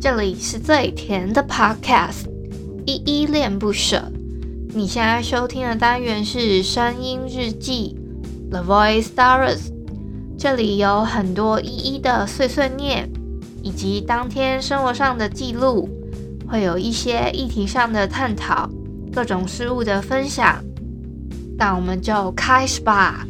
这里是最甜的 Podcast， 依依恋不舍。你现在收听的单元是声音日记 The Voice Diaries， 这里有很多依依的碎碎念，以及当天生活上的记录，会有一些议题上的探讨，各种事物的分享。那我们就开始吧。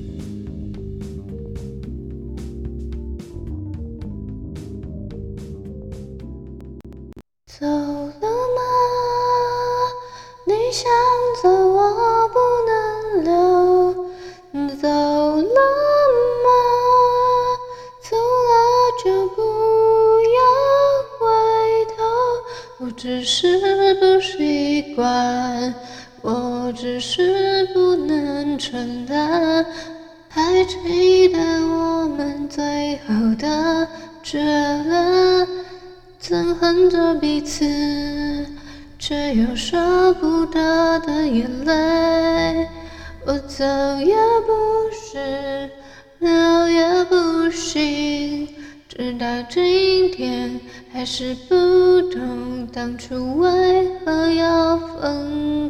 走了吗？你想走，我不能留。走了吗？走了就不要回头。我只是不习惯，我只是不能承担。还记得我们最后的决裂，憎恨着彼此，却又舍不得的眼泪。我走也不是，留也不行，直到今天还是不懂当初为何要分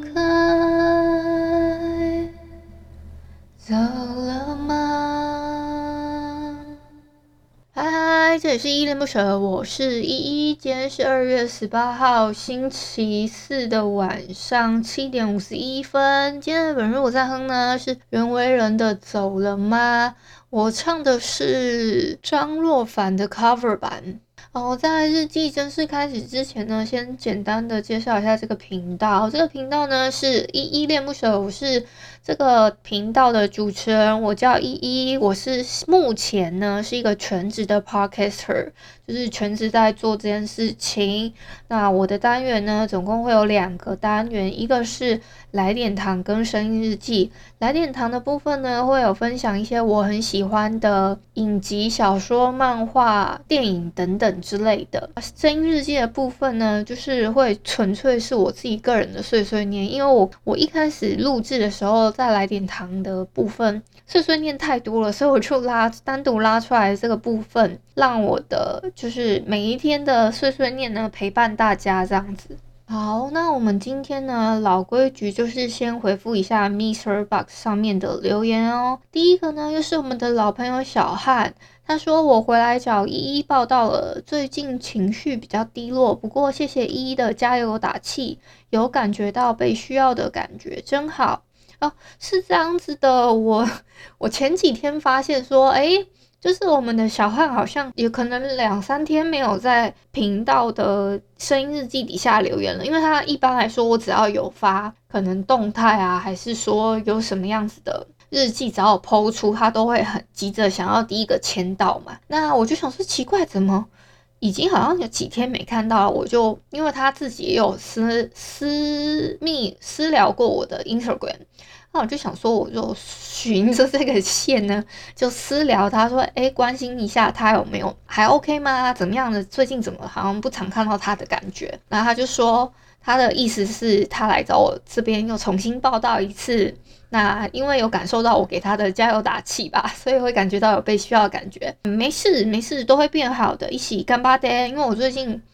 开。走了吗？ 嗨，这里是依依恋不舍，我是依依。今天是2月18号星期四的晚上7点51分。今天的本日我在哼呢是袁惟仁的《走了吗》，我唱的是张若凡的 cover 版。在日记正式开始之前呢，先简单的介绍一下这个频道。这个频道呢是依依恋不舍，我是这个频道的主持人，我叫依依，我是目前呢是一个全职的 podcaster， 就是全职在做这件事情。那我的单元呢总共会有2个单元，一个是来点糖跟声音日记。来点糖的部分呢会有分享一些我很喜欢的影集、小说、漫画、电影等等之类的。声音日记的部分呢就是会纯粹是我自己个人的碎碎念，因为我一开始录制的时候在来点糖的部分碎碎念太多了，所以我就单独拉出来这个部分，让我的就是每一天的碎碎念呢陪伴大家这样子。好，那我们今天呢老规矩就是先回复一下 MixerBox 上面的留言哦。第一个呢又是我们的老朋友小汉，他说我回来找依依报道了，最近情绪比较低落，不过谢谢依依的加油打气，有感觉到被需要的感觉，真好。是这样子的，我前几天发现说，就是我们的小汉好像有可能2-3天没有在频道的声音日记底下留言了，因为他一般来说我只要有发可能动态啊，还是说有什么样子的日记只要有 po 出，他都会很急着想要第一个签到嘛。那我就想说奇怪，怎么已经好像有几天没看到了，我就因为他自己也有私聊过我的 Instagram， 那我就想说我就循着这个线呢就私聊他说关心一下他有没有还 OK 吗，怎么样的，最近怎么好像不常看到他的感觉。然后他就说他的意思是他来找我这边又重新报道一次，那因为有感受到我给他的加油打气吧，所以会感觉到有被需要的感觉。没事都会变好的，一起干巴爹。因为我这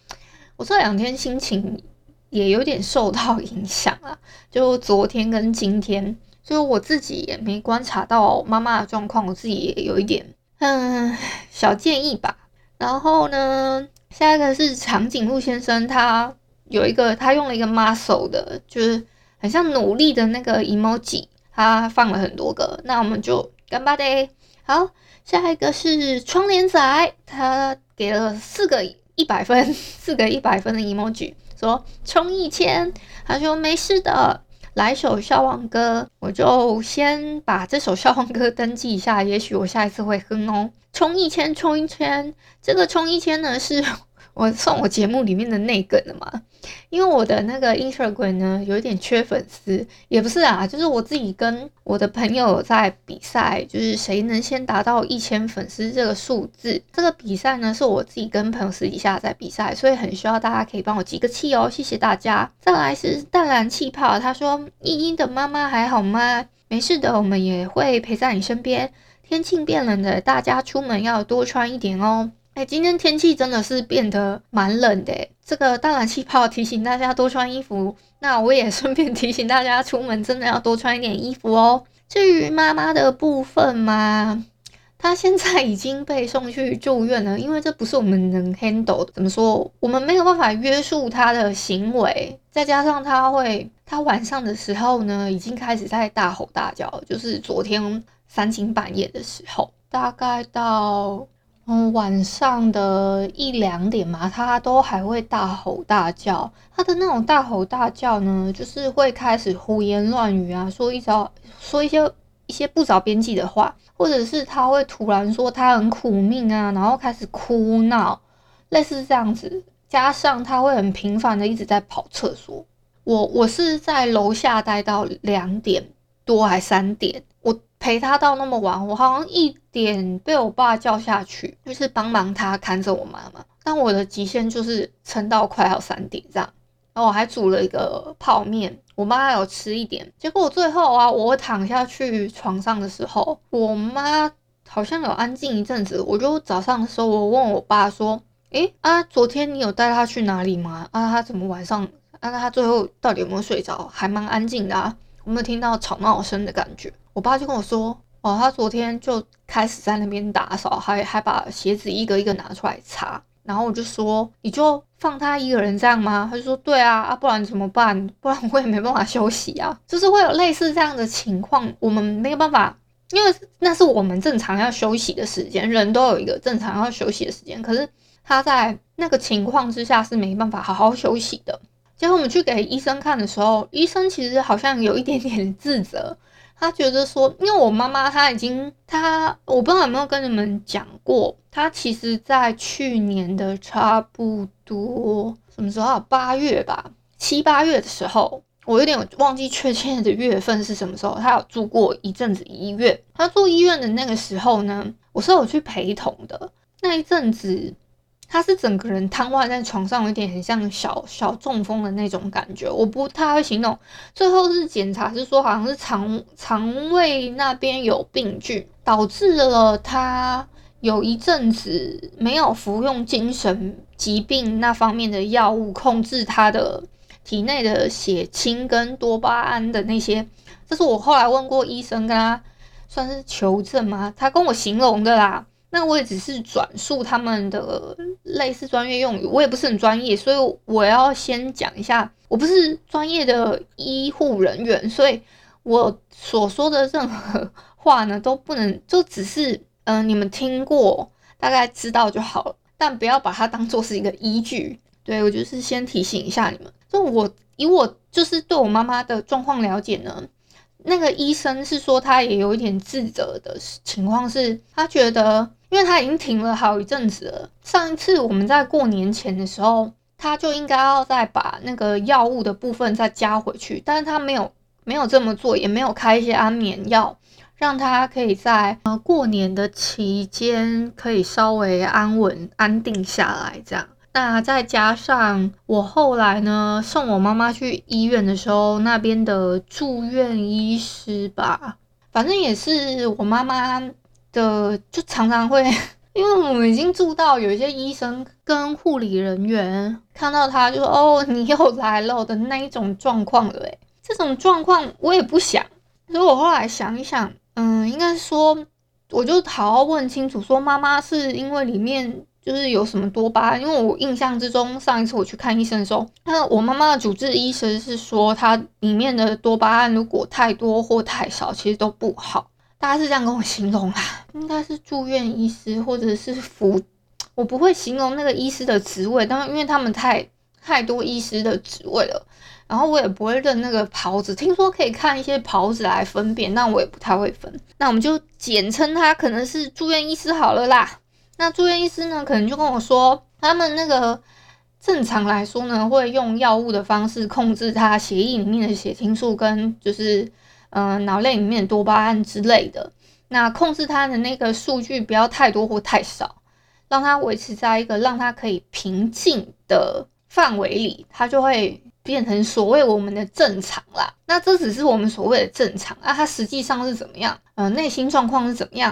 2天心情也有点受到影响啊，就昨天跟今天，就我自己也没观察到妈妈的状况，我自己也有一点小建议吧。然后呢，下一个是长颈鹿先生，他用了一个 muscle 的，就是很像努力的那个 emoji， 他放了很多个，那我们就干巴爹。好，下一个是窗帘仔，他给了4个100分，4个100分的 emoji， 说冲1000，他说没事的，来首笑忘歌，我就先把这首笑忘歌登记一下，也许我下一次会哼哦。冲1000，这个冲1000呢是我送我节目里面的内梗了嘛，因为我的那个 Instagram 呢有一点缺粉丝，也不是啊，就是我自己跟我的朋友在比赛，就是谁能先达到1000粉丝这个数字。这个比赛呢是我自己跟朋友私底下在比赛，所以很需要大家可以帮我集个气哦，谢谢大家。再来是淡蓝气泡，他说依依的妈妈还好吗？没事的，我们也会陪在你身边，天气变冷的，大家出门要多穿一点哦。 今天天气真的是变得蛮冷的这个当然气泡提醒大家多穿衣服，那我也顺便提醒大家出门真的要多穿一点衣服哦。至于妈妈的部分嘛，她现在已经被送去住院了，因为这不是我们能 handle的。怎么说？我们没有办法约束她的行为，再加上她晚上的时候呢，已经开始在大吼大叫，就是昨天3更半夜的时候，大概到晚上的1、2点嘛，他都还会大吼大叫。他的那种大吼大叫呢，就是会开始胡言乱语啊，说一些不着边际的话，或者是他会突然说他很苦命啊，然后开始哭闹，类似这样子。加上他会很频繁的一直在跑厕所。我是在楼下待到2点多还3点，我陪他到那么晚，我好像1点被我爸叫下去，就是帮忙他看着我妈妈。但我的极限就是撑到快要3点这样，然后我还煮了一个泡面，我妈有吃一点。结果最后啊，我躺下去床上的时候，我妈好像有安静一阵子。我就早上的时候，我问我爸说：“昨天你有带他去哪里吗？他怎么晚上他最后到底有没有睡着？还蛮安静的啊。”我没有听到吵闹声的感觉。我爸就跟我说，他昨天就开始在那边打扫，还把鞋子一个一个拿出来擦。然后我就说，你就放他一个人这样吗？他就说，对啊，不然怎么办？不然我也没办法休息啊。就是会有类似这样的情况，我们没有办法，因为那是我们正常要休息的时间，人都有一个正常要休息的时间。可是他在那个情况之下是没办法好好休息的。结果我们去给医生看的时候，医生其实好像有一点点自责，他觉得说，因为我妈妈我不知道有没有跟你们讲过，她其实在去年的差不多什么时候8月吧，7、8月的时候，我有点忘记确切的月份是什么时候，她有住过一阵子医院。她住医院的那个时候呢，我是有去陪同的。那一阵子他是整个人瘫痪在床上，有点很像小中风的那种感觉，我不太会形容。最后是检查是说好像是肠胃那边有病菌，导致了他有一阵子没有服用精神疾病那方面的药物，控制他的体内的血清跟多巴胺的那些。这是我后来问过医生，跟他算是求证吗？他跟我形容的啦。那我也只是转述他们的类似专业用语，我也不是很专业，所以我要先讲一下，我不是专业的医护人员，所以我所说的任何话呢都不能，就只是你们听过大概知道就好了，但不要把它当作是一个依据。对，我就是先提醒一下你们，就以我就是对我妈妈的状况了解呢，那个医生是说他也有一点自责的情况，是他觉得因为他已经停了好一阵子了，上一次我们在过年前的时候，他就应该要再把那个药物的部分再加回去，但是他没有这么做，也没有开一些安眠药，让他可以在过年的期间可以稍微安定下来这样。那再加上我后来呢送我妈妈去医院的时候，那边的住院医师吧，反正也是我妈妈的，就常常会因为我们已经住到有一些医生跟护理人员看到他就说，哦，你又来了的那一种状况了这种状况我也不想，所以我后来想一想，应该说我就好好问清楚，说妈妈是因为里面就是有什么多巴胺，因为我印象之中上一次我去看医生的时候，那我妈妈的主治医生是说它里面的多巴胺如果太多或太少其实都不好，大家是这样跟我形容啦，应该是住院医师或者是我不会形容那个医师的职位，但因为他们太多医师的职位了，然后我也不会认那个袍子，听说可以看一些袍子来分辨，但我也不太会分，那我们就简称他可能是住院医师好了啦。那住院医师呢，可能就跟我说，他们那个正常来说呢，会用药物的方式控制他血液里面的血清素跟就是脑内里面的多巴胺之类的，那控制他的那个数据不要太多或太少，让他维持在一个让他可以平静的范围里，他就会变成所谓我们的正常啦。那这只是我们所谓的正常，它实际上是怎么样？内心状况是怎么样？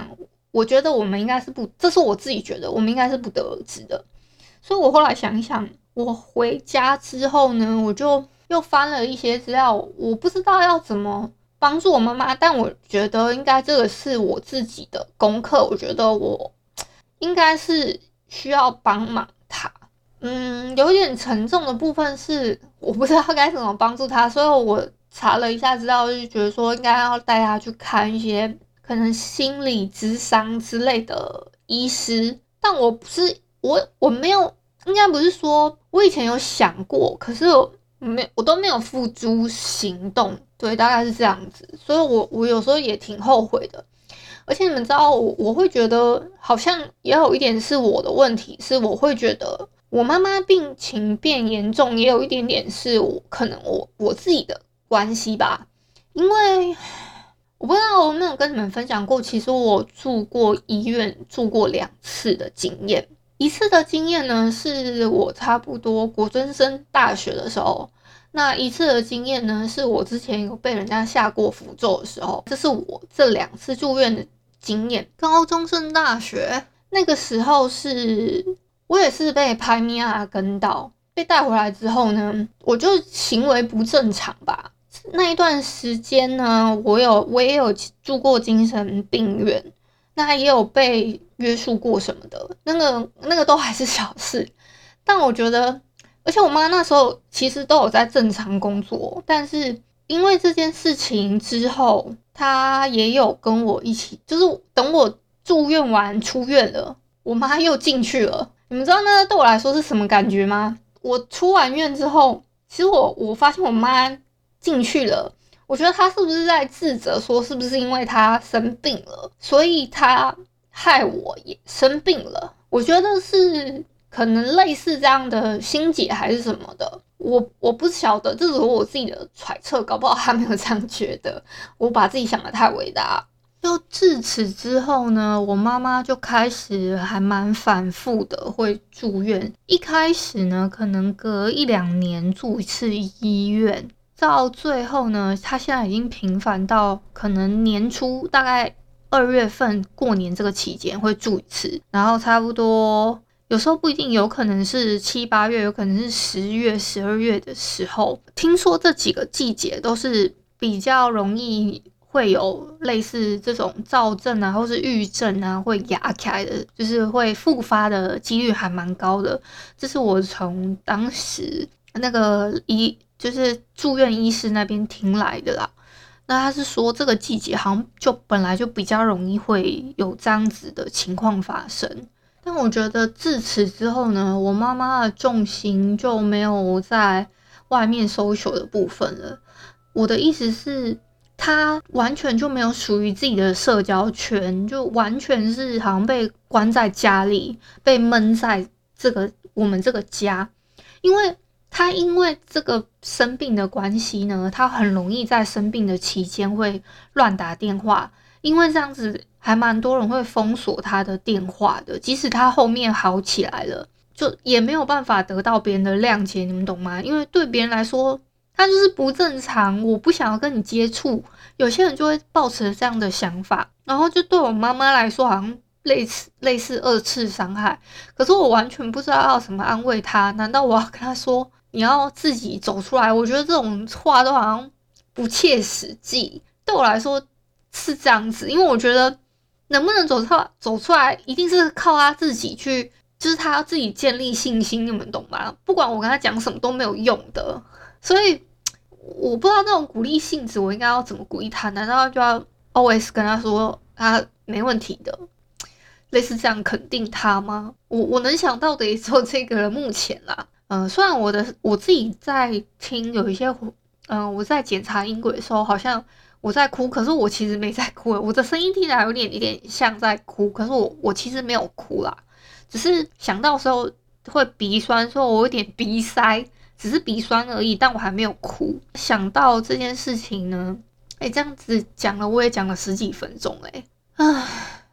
我觉得我们应该是不，这是我自己觉得我们应该是不得而知的。所以我后来想一想，我回家之后呢，我就又翻了一些资料，我不知道要怎么帮助我妈妈，但我觉得应该这个是我自己的功课，我觉得我应该是需要帮忙她。有点沉重的部分是我不知道该怎么帮助她，所以我查了一下资料，就觉得说应该要带她去看一些可能心理咨商之类的医师，但我不是我没有，应该不是说我以前有想过，可是我都没有付诸行动，对，大概是这样子，所以我有时候也挺后悔的。而且你们知道我会觉得好像也有一点是我的问题，是我会觉得我妈妈病情变严重，也有一点点是可能我自己的关系吧，因为我不知道我有没有跟你们分享过，其实我住过医院，住过2次的经验。一次的经验呢，是我差不多国中升大学的时候。那一次的经验呢，是我之前有被人家下过符咒的时候。这是我这2次住院的经验。高中升大学那个时候我也是被拍咪啊跟到，被带回来之后呢，我就行为不正常吧。那一段时间呢，我也有住过精神病院，那也有被约束过什么的，那个都还是小事。但我觉得，而且我妈那时候其实都有在正常工作，但是因为这件事情之后，她也有跟我一起，就是等我住院完出院了，我妈又进去了。你们知道那对我来说是什么感觉吗？我出完院之后，其实我发现我妈进去了，我觉得她是不是在自责，说是不是因为她生病了，所以她害我也生病了？我觉得是可能类似这样的心结还是什么的，我不晓得，这只是我自己的揣测，搞不好她没有这样觉得，我把自己想得太伟大。就自此之后呢，我妈妈就开始还蛮反复的会住院。一开始呢，可能隔1-2年住一次医院，到最后呢，她现在已经频繁到可能年初大概2月份过年这个期间会住一次，然后差不多有时候不一定，有可能是7、8月，有可能是10月、12月的时候。听说这几个季节都是比较容易会有类似这种躁症啊，或是郁症啊，会压起来的，就是会复发的几率还蛮高的。这是我从当时那个就是住院医师那边听来的啦。那他是说这个季节好像就本来就比较容易会有这样子的情况发生。但我觉得自此之后呢，我妈妈的重心就没有在外面 social 的部分了。我的意思是，她完全就没有属于自己的社交圈，就完全是好像被关在家里，被闷在我们这个家。因为这个生病的关系呢，她很容易在生病的期间会乱打电话，因为这样子还蛮多人会封锁她的电话的，即使她后面好起来了，就也没有办法得到别人的谅解，你们懂吗？因为对别人来说，他就是不正常，我不想要跟你接触。有些人就会抱持这样的想法，然后就对我妈妈来说，好像类似2次伤害。可是我完全不知道要怎么安慰她，难道我要跟她说你要自己走出来？我觉得这种话都好像不切实际。对我来说是这样子，因为我觉得能不能走出来，一定是靠他自己去，就是他要自己建立信心，你们懂吗？不管我跟他讲什么都没有用的，所以我不知道那种鼓励性质，我应该要怎么鼓励他？难道就要 always 跟他说他没问题的，类似这样肯定他吗？我能想到的也只有这个了，目前啦。虽然我自己在听有一些，我在检查音轨的时候，好像我在哭，可是我其实没在哭，我的声音听起来有点像在哭，可是我其实没有哭啦，只是想到的时候会鼻酸，说我有点鼻塞，只是鼻酸而已，但我还没有哭。想到这件事情呢，这样子讲了，我也讲了10几分钟，唉。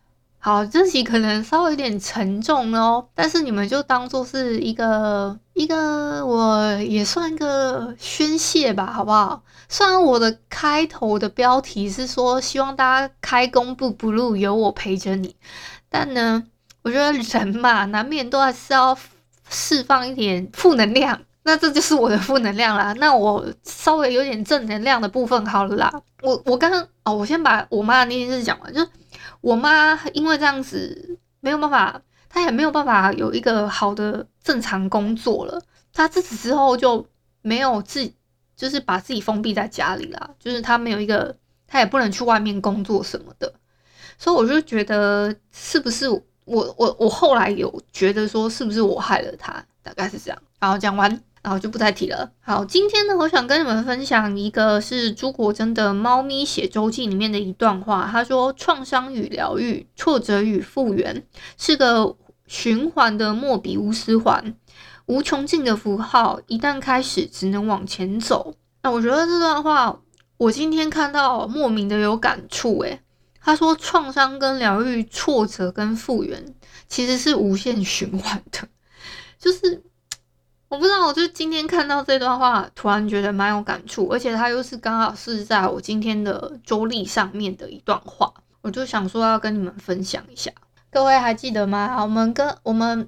好，这期可能稍微有点沉重哦，但是你们就当做是一个我也算一个宣泄吧，好不好？虽然我的开头的标题是说希望大家开工不 blue， 有我陪着你，但呢，我觉得人嘛，难免都还是要释放一点负能量。那这就是我的负能量啦。那我稍微有点正能量的部分好了啦。我刚刚我先把我妈的那件事讲完，就是我妈因为这样子没有办法，她也没有办法有一个好的正常工作了。她自此之后就没有就是把自己封闭在家里啦，就是她没有一个，她也不能去外面工作什么的。所以我就觉得是不是我后来有觉得说是不是我害了她，大概是这样。然后讲完。然后就不再提了。好，今天呢，我想跟你们分享一个是朱国珍的《猫咪写周记》里面的一段话。他说：“创伤与疗愈，挫折与复原，是个循环的莫比乌斯环，无穷尽的符号，一旦开始，只能往前走。”那我觉得这段话，我今天看到莫名的有感触。他说，创伤跟疗愈，挫折跟复原，其实是无限循环的，就是。我不知道，我就今天看到这段话，突然觉得蛮有感触，而且它又是刚好是在我今天的周历上面的一段话，我就想说要跟你们分享一下。各位还记得吗？我们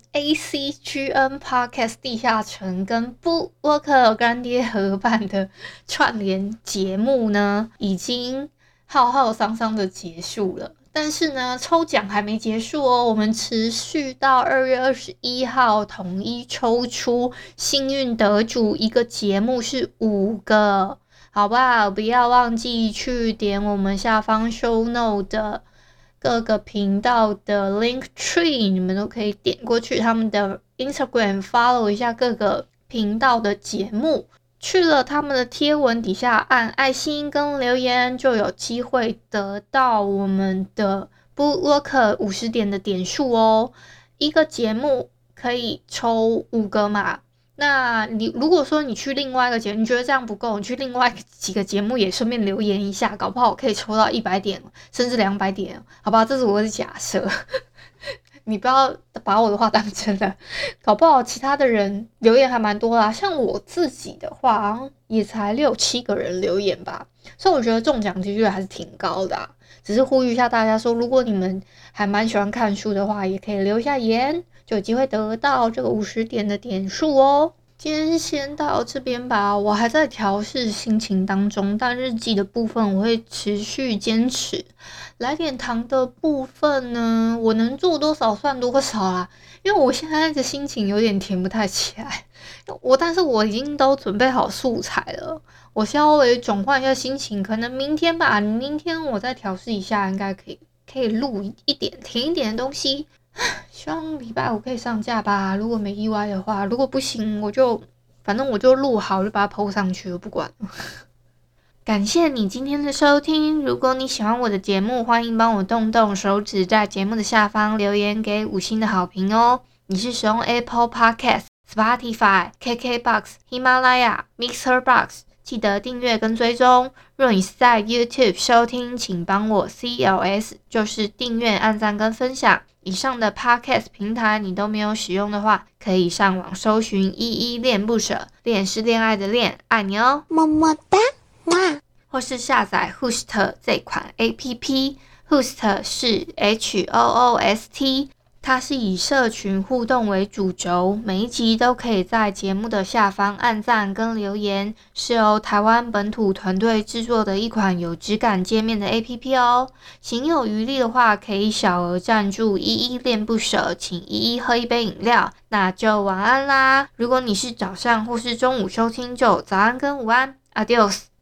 ACGN Podcast 地下城跟 Bookwalker 干爹合办的串联节目呢，已经浩浩汤汤的结束了。但是呢，抽奖还没结束哦，我们持续到2月21号统一抽出幸运得主，一个节目是5个，好不好？不要忘记去点我们下方 show note 的各个频道的 link tree， 你们都可以点过去他们的 Instagram follow 一下各个频道的节目。去了他们的贴文底下按爱心跟留言，就有机会得到我们的 Bookwalker 50点的点数哦。一个节目可以抽5个嘛？那你如果说你去另外一个节目，你觉得这样不够，你去另外几个节目也顺便留言一下，搞不好可以抽到100点，甚至200点，好吧？这是我的假设。你不要把我的话当真的，搞不好其他的人留言还蛮多啦。像我自己的话，也才6、7个人留言吧，所以我觉得中奖几率还是挺高的啊。只是呼吁一下大家说，如果你们还蛮喜欢看书的话，也可以留下言，就有机会得到这个50点的点数哦。今天先到这边吧，我还在调试心情当中，但日记的部分我会持续坚持。来点糖的部分呢，我能做多少算多少啦，因为我现在的心情有点填不太起来。但是我已经都准备好素材了，我稍微转换一下心情，可能明天吧，明天我再调试一下，应该可以录一点甜一点的东西。希望礼拜5可以上架吧，如果没意外的话，如果不行反正我就录好就把它 po 上去了，不管了。感谢你今天的收听，如果你喜欢我的节目，欢迎帮我动动手指，在节目的下方留言给5星的好评哦。你是使用 Apple Podcast、Spotify、KKBox、喜马拉雅、Mixer Box， 记得订阅跟追踪。若你是在 YouTube 收听，请帮我 CLS， 就是订阅、按赞跟分享。以上的 Podcast 平台你都没有使用的话，可以上网搜寻依依恋不舍，恋是恋爱的恋，爱你哦， 么么哒，哇！ 或是下载 Hoost 这款 APP，Hoost 是 HOOST， 它是以社群互动为主轴，每一集都可以在节目的下方按赞跟留言，是由台湾本土团队制作的一款有质感界面的 APP 哦。行有余力的话，可以小额赞助依依恋不舍，请依依喝一杯饮料，那就晚安啦。如果你是早上或是中午收听，就早安跟午安 ，Adios。